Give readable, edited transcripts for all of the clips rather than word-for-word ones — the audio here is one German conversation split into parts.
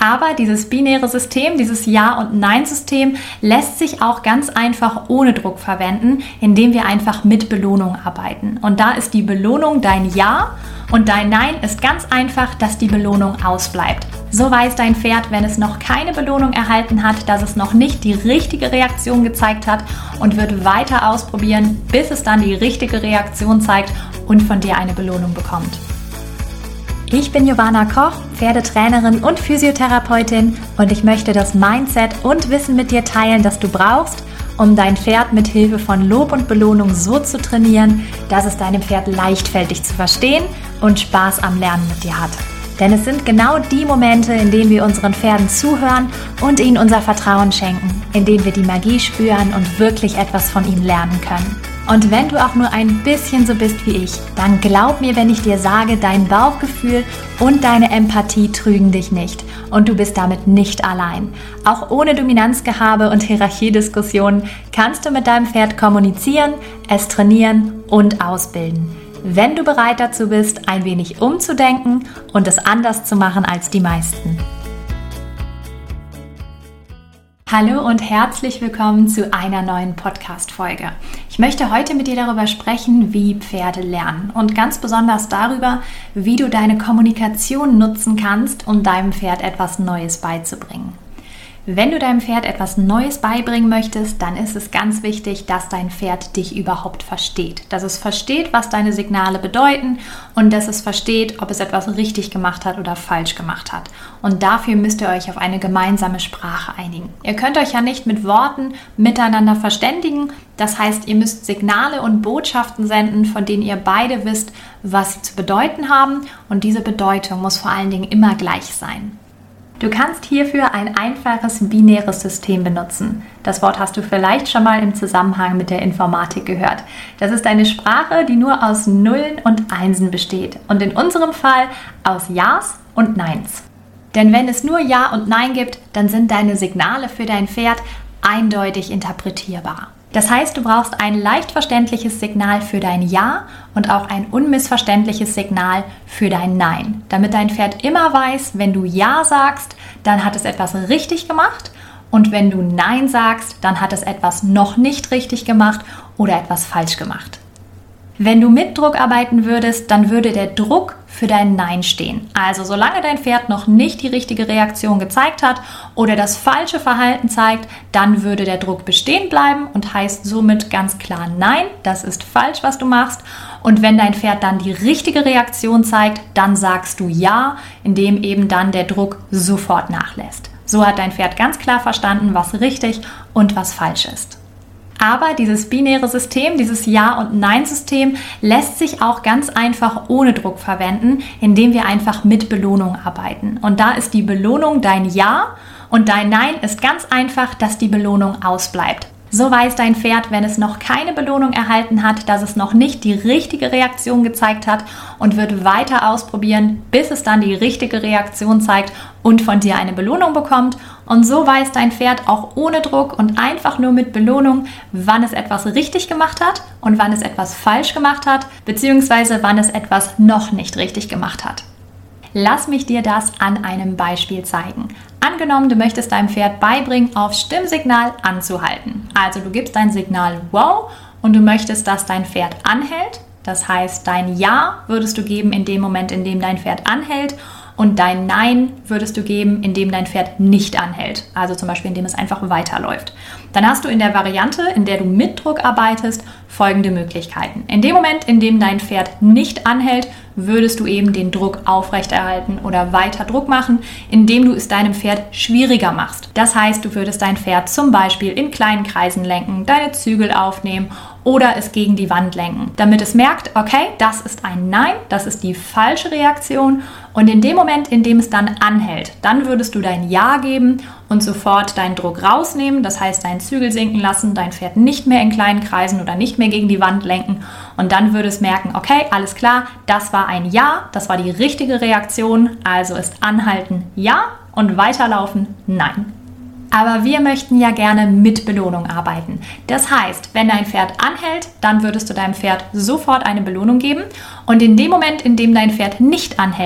Aber dieses binäre System, dieses Ja- und Nein-System lässt sich auch ganz einfach ohne Druck verwenden, indem wir einfach mit Belohnung arbeiten. Und da ist die Belohnung dein Ja und dein Nein ist ganz einfach, dass die Belohnung ausbleibt. So weiß dein Pferd, wenn es noch keine Belohnung erhalten hat, dass es noch nicht die richtige Reaktion gezeigt hat und wird weiter ausprobieren, bis es dann die richtige Reaktion zeigt und von dir eine Belohnung bekommt. Ich bin Giovanna Koch, Pferdetrainerin und Physiotherapeutin und ich möchte das Mindset und Wissen mit dir teilen, das du brauchst, um dein Pferd mit Hilfe von Lob und Belohnung so zu trainieren, dass es deinem Pferd leicht fällt, dich zu verstehen und Spaß am Lernen mit dir hat. Denn es sind genau die Momente, in denen wir unseren Pferden zuhören und ihnen unser Vertrauen schenken, in denen wir die Magie spüren und wirklich etwas von ihnen lernen können. Und wenn du auch nur ein bisschen so bist wie ich, dann glaub mir, wenn ich dir sage, dein Bauchgefühl und deine Empathie trügen dich nicht. Und du bist damit nicht allein. Auch ohne Dominanzgehabe und Hierarchiediskussionen kannst du mit deinem Pferd kommunizieren, es trainieren und ausbilden. Wenn du bereit dazu bist, ein wenig umzudenken und es anders zu machen als die meisten. Hallo und herzlich willkommen zu einer neuen Podcast-Folge. Ich möchte heute mit dir darüber sprechen, wie Pferde lernen und ganz besonders darüber, wie du deine Kommunikation nutzen kannst, um deinem Pferd etwas Neues beizubringen. Wenn du deinem Pferd etwas Neues beibringen möchtest, dann ist es ganz wichtig, dass dein Pferd dich überhaupt versteht. Dass es versteht, was deine Signale bedeuten und dass es versteht, ob es etwas richtig gemacht hat oder falsch gemacht hat. Und dafür müsst ihr euch auf eine gemeinsame Sprache einigen. Ihr könnt euch ja nicht mit Worten miteinander verständigen. Das heißt, ihr müsst Signale und Botschaften senden, von denen ihr beide wisst, was sie zu bedeuten haben. Und diese Bedeutung muss vor allen Dingen immer gleich sein. Du kannst hierfür ein einfaches binäres System benutzen. Das Wort hast du vielleicht schon mal im Zusammenhang mit der Informatik gehört. Das ist eine Sprache, die nur aus Nullen und Einsen besteht und in unserem Fall aus Ja's und Neins. Denn wenn es nur Ja und Nein gibt, dann sind deine Signale für dein Pferd eindeutig interpretierbar. Das heißt, du brauchst ein leicht verständliches Signal für dein Ja und auch ein unmissverständliches Signal für dein Nein, damit dein Pferd immer weiß, wenn du Ja sagst, dann hat es etwas richtig gemacht und wenn du Nein sagst, dann hat es etwas noch nicht richtig gemacht oder etwas falsch gemacht. Wenn du mit Druck arbeiten würdest, dann würde der Druck für dein Nein stehen. Also solange dein Pferd noch nicht die richtige Reaktion gezeigt hat oder das falsche Verhalten zeigt, dann würde der Druck bestehen bleiben und heißt somit ganz klar Nein, das ist falsch, was du machst. Und wenn dein Pferd dann die richtige Reaktion zeigt, dann sagst du Ja, indem eben dann der Druck sofort nachlässt. So hat dein Pferd ganz klar verstanden, was richtig und was falsch ist. Aber dieses binäre System, dieses Ja- und Nein-System lässt sich auch ganz einfach ohne Druck verwenden, indem wir einfach mit Belohnung arbeiten. Und da ist die Belohnung dein Ja und dein Nein ist ganz einfach, dass die Belohnung ausbleibt. So weiß dein Pferd, wenn es noch keine Belohnung erhalten hat, dass es noch nicht die richtige Reaktion gezeigt hat und wird weiter ausprobieren, bis es dann die richtige Reaktion zeigt und von dir eine Belohnung bekommt. Und so weiß dein Pferd auch ohne Druck und einfach nur mit Belohnung, wann es etwas richtig gemacht hat und wann es etwas falsch gemacht hat, beziehungsweise wann es etwas noch nicht richtig gemacht hat. Lass mich dir das an einem Beispiel zeigen. Angenommen, du möchtest deinem Pferd beibringen, auf Stimmsignal anzuhalten. Also du gibst dein Signal Wow und du möchtest, dass dein Pferd anhält. Das heißt, dein Ja würdest du geben in dem Moment, in dem dein Pferd anhält und dein Nein würdest du geben, indem dein Pferd nicht anhält. Also zum Beispiel, indem es einfach weiterläuft. Dann hast du in der Variante, in der du mit Druck arbeitest, folgende Möglichkeiten. In dem Moment, in dem dein Pferd nicht anhält, würdest du eben den Druck aufrechterhalten oder weiter Druck machen, indem du es deinem Pferd schwieriger machst. Das heißt, du würdest dein Pferd zum Beispiel in kleinen Kreisen lenken, deine Zügel aufnehmen oder es gegen die Wand lenken, damit es merkt, okay, das ist ein Nein, das ist die falsche Reaktion und in dem Moment, in dem es dann anhält, dann würdest du dein Ja geben und sofort deinen Druck rausnehmen, das heißt deinen Zügel sinken lassen, dein Pferd nicht mehr in kleinen Kreisen oder nicht mehr gegen die Wand lenken und dann würde es merken, okay, alles klar, das war ein Ja, das war die richtige Reaktion, also ist Anhalten Ja und Weiterlaufen Nein. Aber wir möchten ja gerne mit Belohnung arbeiten. Das heißt, wenn dein Pferd anhält, dann würdest du deinem Pferd sofort eine Belohnung geben und in dem Moment, in dem dein Pferd nicht anhält,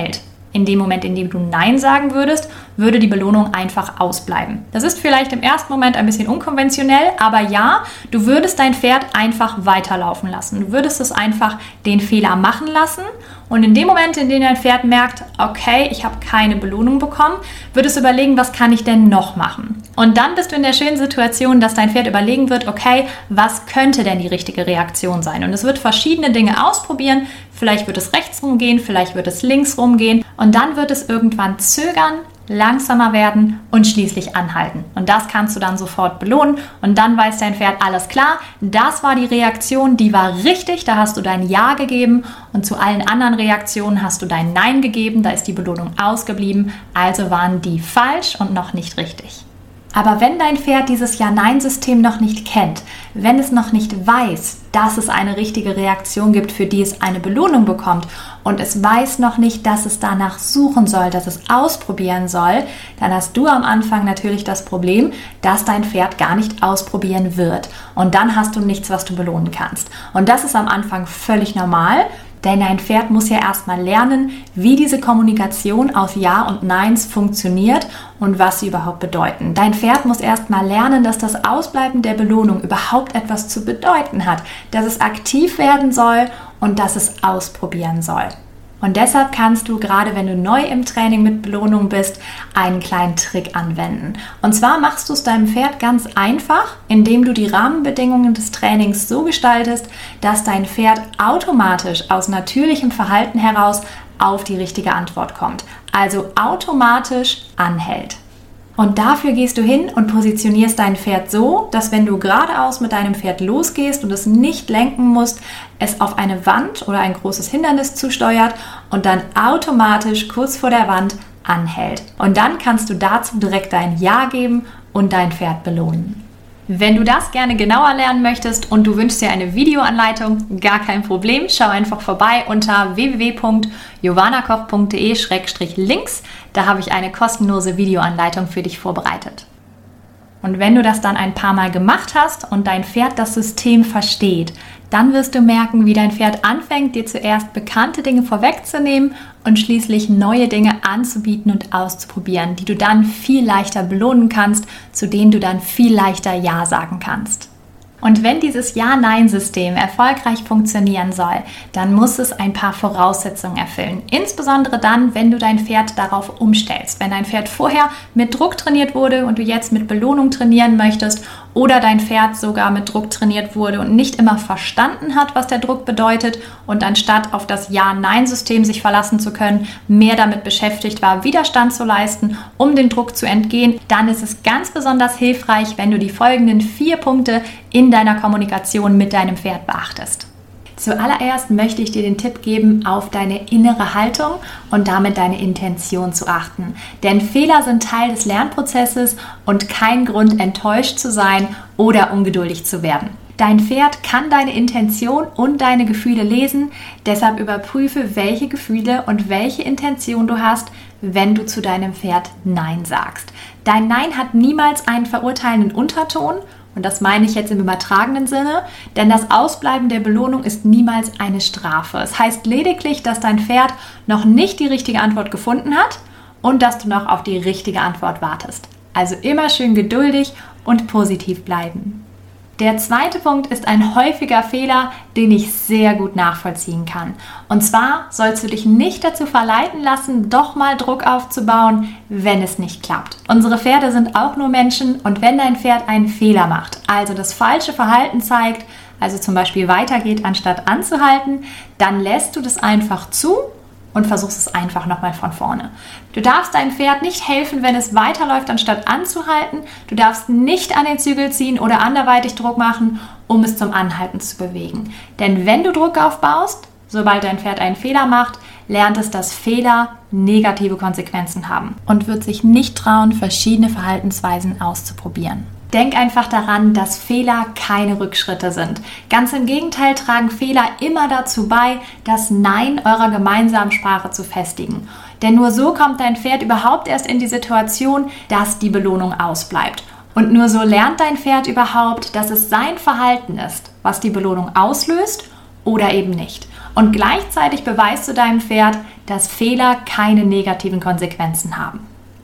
In dem Moment, in dem du Nein sagen würdest, würde die Belohnung einfach ausbleiben. Das ist vielleicht im ersten Moment ein bisschen unkonventionell, aber ja, du würdest dein Pferd einfach weiterlaufen lassen. Du würdest es einfach den Fehler machen lassen und in dem Moment, in dem dein Pferd merkt, okay, ich habe keine Belohnung bekommen, würdest du überlegen, was kann ich denn noch machen? Und dann bist du in der schönen Situation, dass dein Pferd überlegen wird, okay, was könnte denn die richtige Reaktion sein? Und es wird verschiedene Dinge ausprobieren. Vielleicht wird es rechts rumgehen, vielleicht wird es links rumgehen und dann wird es irgendwann zögern, langsamer werden und schließlich anhalten. Und das kannst du dann sofort belohnen und dann weiß dein Pferd, alles klar, das war die Reaktion, die war richtig, da hast du dein Ja gegeben und zu allen anderen Reaktionen hast du dein Nein gegeben, da ist die Belohnung ausgeblieben, also waren die falsch und noch nicht richtig. Aber wenn dein Pferd dieses Ja-Nein-System noch nicht kennt, wenn es noch nicht weiß, dass es eine richtige Reaktion gibt, für die es eine Belohnung bekommt und es weiß noch nicht, dass es danach suchen soll, dass es ausprobieren soll, dann hast du am Anfang natürlich das Problem, dass dein Pferd gar nicht ausprobieren wird. Und dann hast du nichts, was du belohnen kannst. Und das ist am Anfang völlig normal. Denn dein Pferd muss ja erstmal lernen, wie diese Kommunikation aus Ja und Neins funktioniert und was sie überhaupt bedeuten. Dein Pferd muss erstmal lernen, dass das Ausbleiben der Belohnung überhaupt etwas zu bedeuten hat, dass es aktiv werden soll und dass es ausprobieren soll. Und deshalb kannst du, gerade wenn du neu im Training mit Belohnung bist, einen kleinen Trick anwenden. Und zwar machst du es deinem Pferd ganz einfach, indem du die Rahmenbedingungen des Trainings so gestaltest, dass dein Pferd automatisch aus natürlichem Verhalten heraus auf die richtige Antwort kommt. Also automatisch anhält. Und dafür gehst du hin und positionierst dein Pferd so, dass wenn du geradeaus mit deinem Pferd losgehst und es nicht lenken musst, es auf eine Wand oder ein großes Hindernis zusteuert und dann automatisch kurz vor der Wand anhält. Und dann kannst du dazu direkt dein Ja geben und dein Pferd belohnen. Wenn du das gerne genauer lernen möchtest und du wünschst dir eine Videoanleitung, gar kein Problem, schau einfach vorbei unter www.jovanakoch.de/links. Da habe ich eine kostenlose Videoanleitung für dich vorbereitet. Und wenn du das dann ein paar Mal gemacht hast und dein Pferd das System versteht, dann wirst du merken, wie dein Pferd anfängt, dir zuerst bekannte Dinge vorwegzunehmen und schließlich neue Dinge anzubieten und auszuprobieren, die du dann viel leichter belohnen kannst, zu denen du dann viel leichter Ja sagen kannst. Und wenn dieses Ja-Nein-System erfolgreich funktionieren soll, dann muss es ein paar Voraussetzungen erfüllen. Insbesondere dann, wenn du dein Pferd darauf umstellst. Wenn dein Pferd vorher mit Druck trainiert wurde und du jetzt mit Belohnung trainieren möchtest oder dein Pferd sogar mit Druck trainiert wurde und nicht immer verstanden hat, was der Druck bedeutet und anstatt auf das Ja-Nein-System sich verlassen zu können, mehr damit beschäftigt war, Widerstand zu leisten, um dem Druck zu entgehen, dann ist es ganz besonders hilfreich, wenn du die folgenden 4 Punkte in deiner Kommunikation mit deinem Pferd beachtest. Zuallererst möchte ich dir den Tipp geben, auf deine innere Haltung und damit deine Intention zu achten. Denn Fehler sind Teil des Lernprozesses und kein Grund, enttäuscht zu sein oder ungeduldig zu werden. Dein Pferd kann deine Intention und deine Gefühle lesen, deshalb überprüfe, welche Gefühle und welche Intention du hast, wenn du zu deinem Pferd Nein sagst. Dein Nein hat niemals einen verurteilenden Unterton. Und das meine ich jetzt im übertragenen Sinne, denn das Ausbleiben der Belohnung ist niemals eine Strafe. Es heißt lediglich, dass dein Pferd noch nicht die richtige Antwort gefunden hat und dass du noch auf die richtige Antwort wartest. Also immer schön geduldig und positiv bleiben. Der zweite Punkt ist ein häufiger Fehler, den ich sehr gut nachvollziehen kann. Und zwar sollst du dich nicht dazu verleiten lassen, doch mal Druck aufzubauen, wenn es nicht klappt. Unsere Pferde sind auch nur Menschen und wenn dein Pferd einen Fehler macht, also das falsche Verhalten zeigt, also zum Beispiel weitergeht, anstatt anzuhalten, dann lässt du das einfach zu und versuchst es einfach nochmal von vorne. Du darfst deinem Pferd nicht helfen, wenn es weiterläuft, anstatt anzuhalten. Du darfst nicht an den Zügel ziehen oder anderweitig Druck machen, um es zum Anhalten zu bewegen. Denn wenn du Druck aufbaust, sobald dein Pferd einen Fehler macht, lernt es, dass Fehler negative Konsequenzen haben und wird sich nicht trauen, verschiedene Verhaltensweisen auszuprobieren. Denk einfach daran, dass Fehler keine Rückschritte sind. Ganz im Gegenteil tragen Fehler immer dazu bei, das Nein eurer gemeinsamen Sprache zu festigen. Denn nur so kommt dein Pferd überhaupt erst in die Situation, dass die Belohnung ausbleibt. Und nur so lernt dein Pferd überhaupt, dass es sein Verhalten ist, was die Belohnung auslöst oder eben nicht. Und gleichzeitig beweist du deinem Pferd, dass Fehler keine negativen Konsequenzen haben.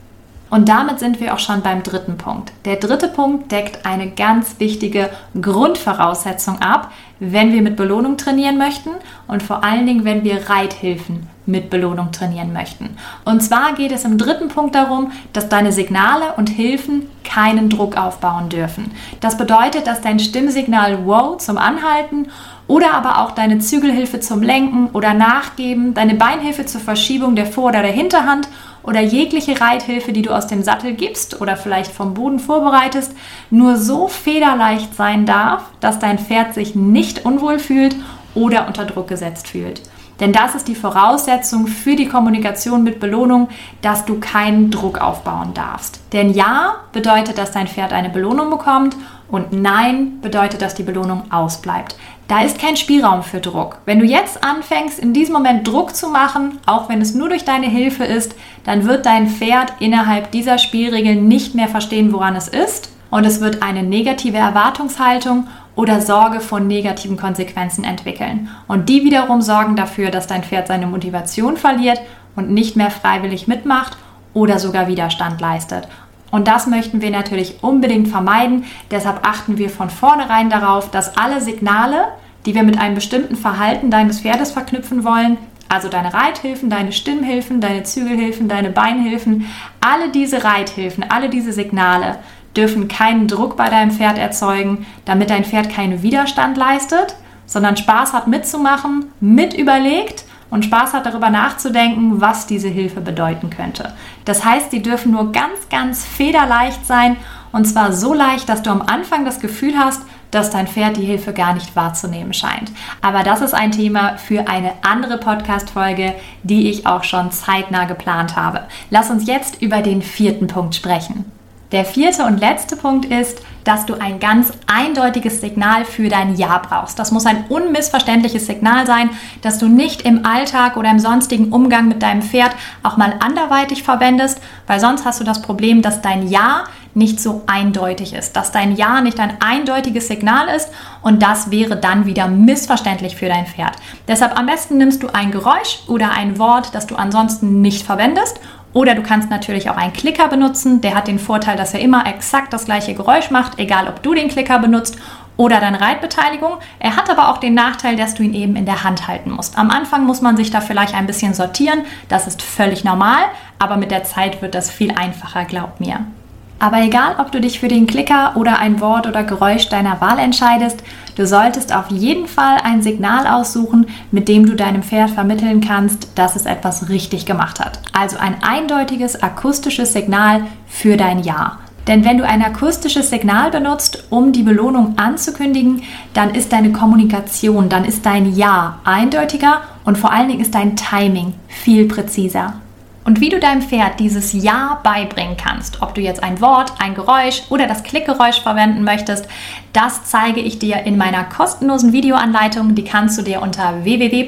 Und damit sind wir auch schon beim dritten Punkt. Der dritte Punkt deckt eine ganz wichtige Grundvoraussetzung ab, wenn wir mit Belohnung trainieren möchten und vor allen Dingen, wenn wir Reithilfen mit Belohnung trainieren möchten. Und zwar geht es im dritten Punkt darum, dass deine Signale und Hilfen keinen Druck aufbauen dürfen. Das bedeutet, dass dein Stimmsignal Wow zum Anhalten oder aber auch deine Zügelhilfe zum Lenken oder Nachgeben, deine Beinhilfe zur Verschiebung der Vor- oder der Hinterhand oder jegliche Reithilfe, die du aus dem Sattel gibst oder vielleicht vom Boden vorbereitest, nur so federleicht sein darf, dass dein Pferd sich nicht unwohl fühlt oder unter Druck gesetzt fühlt. Denn das ist die Voraussetzung für die Kommunikation mit Belohnung, dass du keinen Druck aufbauen darfst. Denn Ja bedeutet, dass dein Pferd eine Belohnung bekommt und Nein bedeutet, dass die Belohnung ausbleibt. Da ist kein Spielraum für Druck. Wenn du jetzt anfängst, in diesem Moment Druck zu machen, auch wenn es nur durch deine Hilfe ist, dann wird dein Pferd innerhalb dieser Spielregeln nicht mehr verstehen, woran es ist. Und es wird eine negative Erwartungshaltung oder Sorge vor negativen Konsequenzen entwickeln. Und die wiederum sorgen dafür, dass dein Pferd seine Motivation verliert und nicht mehr freiwillig mitmacht oder sogar Widerstand leistet. Und das möchten wir natürlich unbedingt vermeiden. Deshalb achten wir von vornherein darauf, dass alle Signale, die wir mit einem bestimmten Verhalten deines Pferdes verknüpfen wollen, also deine Reithilfen, deine Stimmhilfen, deine Zügelhilfen, deine Beinhilfen, alle diese Reithilfen, alle diese Signale dürfen keinen Druck bei deinem Pferd erzeugen, damit dein Pferd keinen Widerstand leistet, sondern Spaß hat mitzumachen, mit überlegt und Spaß hat darüber nachzudenken, was diese Hilfe bedeuten könnte. Das heißt, sie dürfen nur ganz, ganz federleicht sein und zwar so leicht, dass du am Anfang das Gefühl hast, dass dein Pferd die Hilfe gar nicht wahrzunehmen scheint. Aber das ist ein Thema für eine andere Podcast-Folge, die ich auch schon zeitnah geplant habe. Lass uns jetzt über den vierten Punkt sprechen. Der vierte und letzte Punkt ist, dass du ein ganz eindeutiges Signal für dein Ja brauchst. Das muss ein unmissverständliches Signal sein, das du nicht im Alltag oder im sonstigen Umgang mit deinem Pferd auch mal anderweitig verwendest, weil sonst hast du das Problem, dass dein Ja nicht so eindeutig ist, dass dein Ja nicht ein eindeutiges Signal ist und das wäre dann wieder missverständlich für dein Pferd. Deshalb am besten nimmst du ein Geräusch oder ein Wort, das du ansonsten nicht verwendest. Oder du kannst natürlich auch einen Klicker benutzen. Der hat den Vorteil, dass er immer exakt das gleiche Geräusch macht, egal ob du den Klicker benutzt oder deine Reitbeteiligung. Er hat aber auch den Nachteil, dass du ihn eben in der Hand halten musst. Am Anfang muss man sich da vielleicht ein bisschen sortieren. Das ist völlig normal, aber mit der Zeit wird das viel einfacher, glaub mir. Aber egal, ob du dich für den Klicker oder ein Wort oder Geräusch deiner Wahl entscheidest, du solltest auf jeden Fall ein Signal aussuchen, mit dem du deinem Pferd vermitteln kannst, dass es etwas richtig gemacht hat. Also ein eindeutiges akustisches Signal für dein Ja. Denn wenn du ein akustisches Signal benutzt, um die Belohnung anzukündigen, dann ist deine Kommunikation, dann ist dein Ja eindeutiger und vor allen Dingen ist dein Timing viel präziser. Und wie du deinem Pferd dieses Ja beibringen kannst, ob du jetzt ein Wort, ein Geräusch oder das Klickgeräusch verwenden möchtest, das zeige ich dir in meiner kostenlosen Videoanleitung. Die kannst du dir unter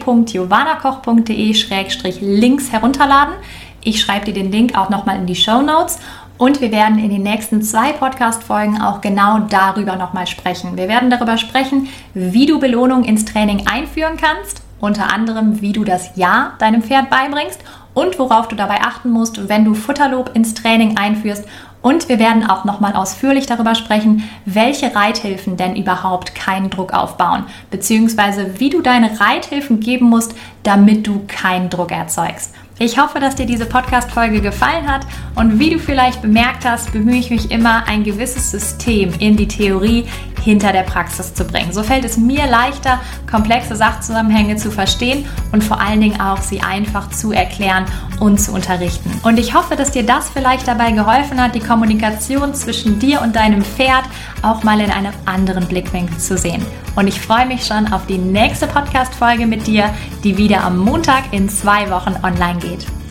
www.jovanakoch.de/links herunterladen. Ich schreibe dir den Link auch nochmal in die Shownotes. Und wir werden in den nächsten 2 Podcast-Folgen auch genau darüber nochmal sprechen. Wir werden darüber sprechen, wie du Belohnung ins Training einführen kannst, unter anderem, wie du das Ja deinem Pferd beibringst und worauf du dabei achten musst, wenn du Futterlob ins Training einführst. Und wir werden auch nochmal ausführlich darüber sprechen, welche Reithilfen denn überhaupt keinen Druck aufbauen, beziehungsweise wie du deine Reithilfen geben musst, damit du keinen Druck erzeugst. Ich hoffe, dass dir diese Podcast-Folge gefallen hat und wie du vielleicht bemerkt hast, bemühe ich mich immer, ein gewisses System in die Theorie hinter der Praxis zu bringen. So fällt es mir leichter, komplexe Sachzusammenhänge zu verstehen und vor allen Dingen auch sie einfach zu erklären und zu unterrichten. Und ich hoffe, dass dir das vielleicht dabei geholfen hat, die Kommunikation zwischen dir und deinem Pferd auch mal in einem anderen Blickwinkel zu sehen. Und ich freue mich schon auf die nächste Podcast-Folge mit dir, die wieder am Montag in 2 Wochen online geht.